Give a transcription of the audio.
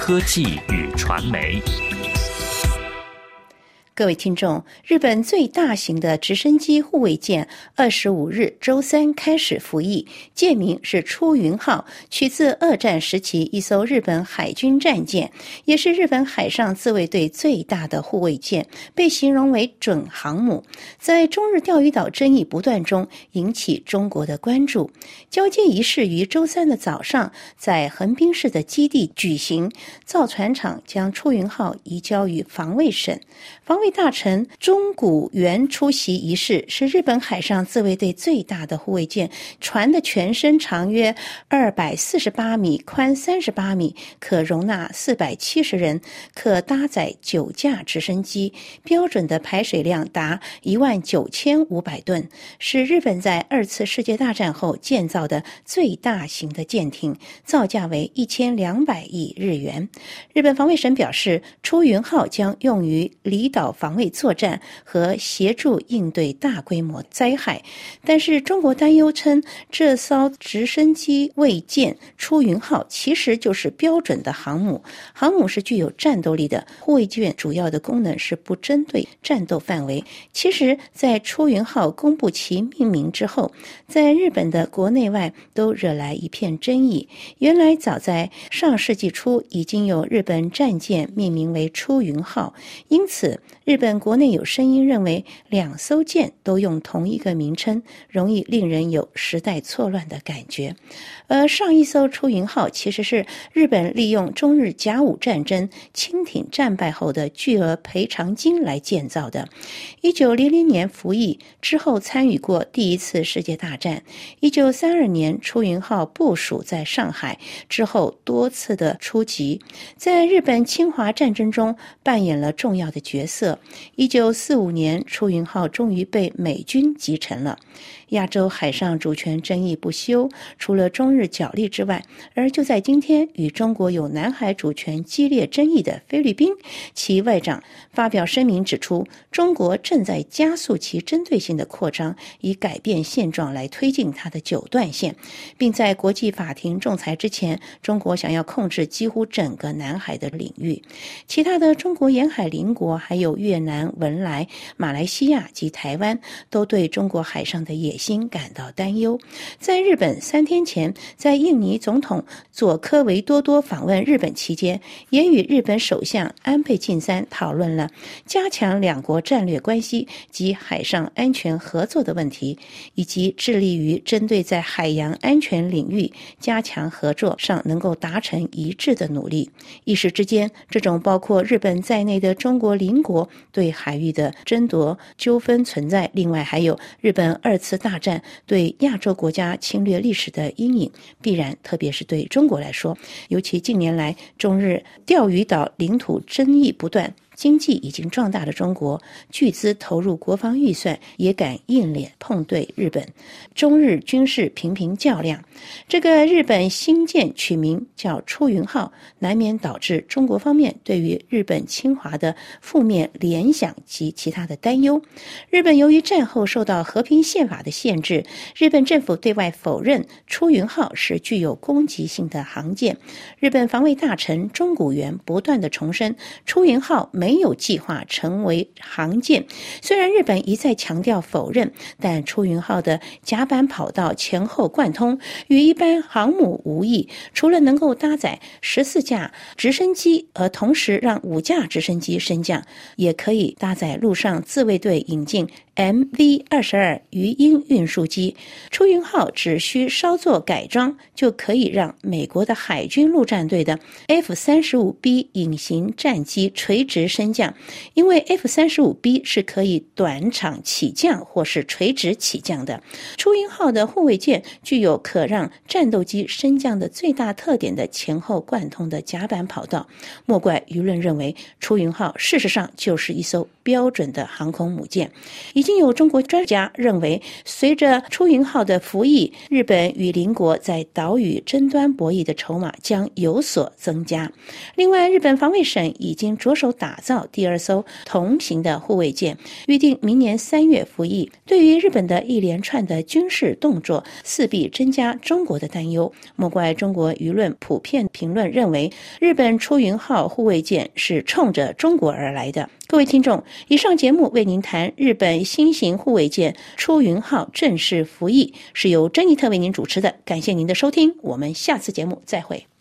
科技与传媒。 各位听众，日本最大型的直升机护卫舰25日周三开始服役，舰名是出云号，取自二战时期一艘日本海军战舰，也是日本海上自卫队最大的护卫舰，被形容为准航母。在中日钓鱼岛争议不断中引起中国的关注。交接仪式于周三的早上在横滨市的基地举行，造船厂将出云号移交于防卫省。防卫大臣中谷元出席仪式，是日本海上自卫队最大的护卫舰，船的全身长约248米，宽38米，可容纳470人，可搭载9架直升机，标准的排水量达19500吨，是日本在2次世界大战后建造的最大型的舰艇，造价为1200亿日元。日本防卫省表示，出云号将用于离岛防卫作战和协助应对大规模灾害，但是中国担忧称，这艘直升机卫舰出云号其实就是标准的航母，航母是具有战斗力的，护卫舰主要的功能是不针对战斗范围。其实在出云号公布其命名之后，在日本的国内外都惹来一片争议。原来早在上世纪初已经有日本战舰命名为出云号，因此日本国内有声音认为两艘舰都用同一个名称，容易令人有时代错乱的感觉。而上一艘出云号其实是日本利用中日甲午战争清廷战败后的巨额赔偿金来建造的。1900年服役之后参与过第一次世界大战。1932年出云号部署在上海之后多次的出击，在日本侵华战争中扮演了重要的角色。1945年出云号终于被美军击沉了。亚洲海上主权争议不休，除了中日角力之外，而就在今天，与中国有南海主权激烈争议的菲律宾，其外长发表声明指出，中国正在加速其针对性的扩张，以改变现状来推进它的九段线，并在国际法庭仲裁之前，中国想要控制几乎整个南海的领域。其他的中国沿海邻国，还有越南、文莱、马来西亚及台湾，都对中国海上的野心感到担忧。在日本3天前，在印尼总统佐科维多多访问日本期间，也与日本首相安倍晋三讨论了加强两国战略关系及海上安全合作的问题，以及致力于针对在海洋安全领域加强合作上能够达成一致的努力。一时之间，这种包括日本在内的中国邻国对海域的争夺纠纷存在，另外还有日本2次大战对亚洲国家侵略历史的阴影，必然特别是对中国来说，尤其近年来中日钓鱼岛领土争议不断，经济已经壮大的中国巨资投入国防预算，也敢硬脸碰对日本。中日军事频频较量，这个日本新舰取名叫出云号，难免导致中国方面对于日本侵华的负面联想及其他的担忧。日本由于战后受到和平宪法的限制，日本政府对外否认出云号是具有攻击性的航舰。日本防卫大臣中谷元不断地重申，出云号没有计划成为航舰。虽然日本一再强调否认，但出云号的甲板跑道前后贯通，与一般航母无异，除了能够搭载14架直升机，而同时让5架直升机升降，也可以搭载陆上自卫队引进 MV-22 鱼鹰运输机。出云号只需稍作改装，就可以让美国的海军陆战队的 F-35B 隐形战机垂直升降，因为 F-35B 是可以短场起降或是垂直起降的。出云号的护卫舰具有可让战斗机升降的最大特点的前后贯通的甲板跑道，莫怪舆论认为出云号事实上就是一艘标准的航空母舰。已经有中国专家认为，随着出云号的服役，日本与邻国在岛屿争端博弈的筹码将有所增加。另外，日本防卫省已经着手打造第2艘同型的护卫舰，预定明年3月服役。对于日本的一连串的军事动作，势必增加中国的担忧。莫怪中国舆论普遍评论认为，日本出云号护卫舰是冲着中国而来的。各位听众，以上节目为您谈日本新型护卫舰出云号正式服役，是由珍妮特为您主持的。感谢您的收听，我们下次节目再会。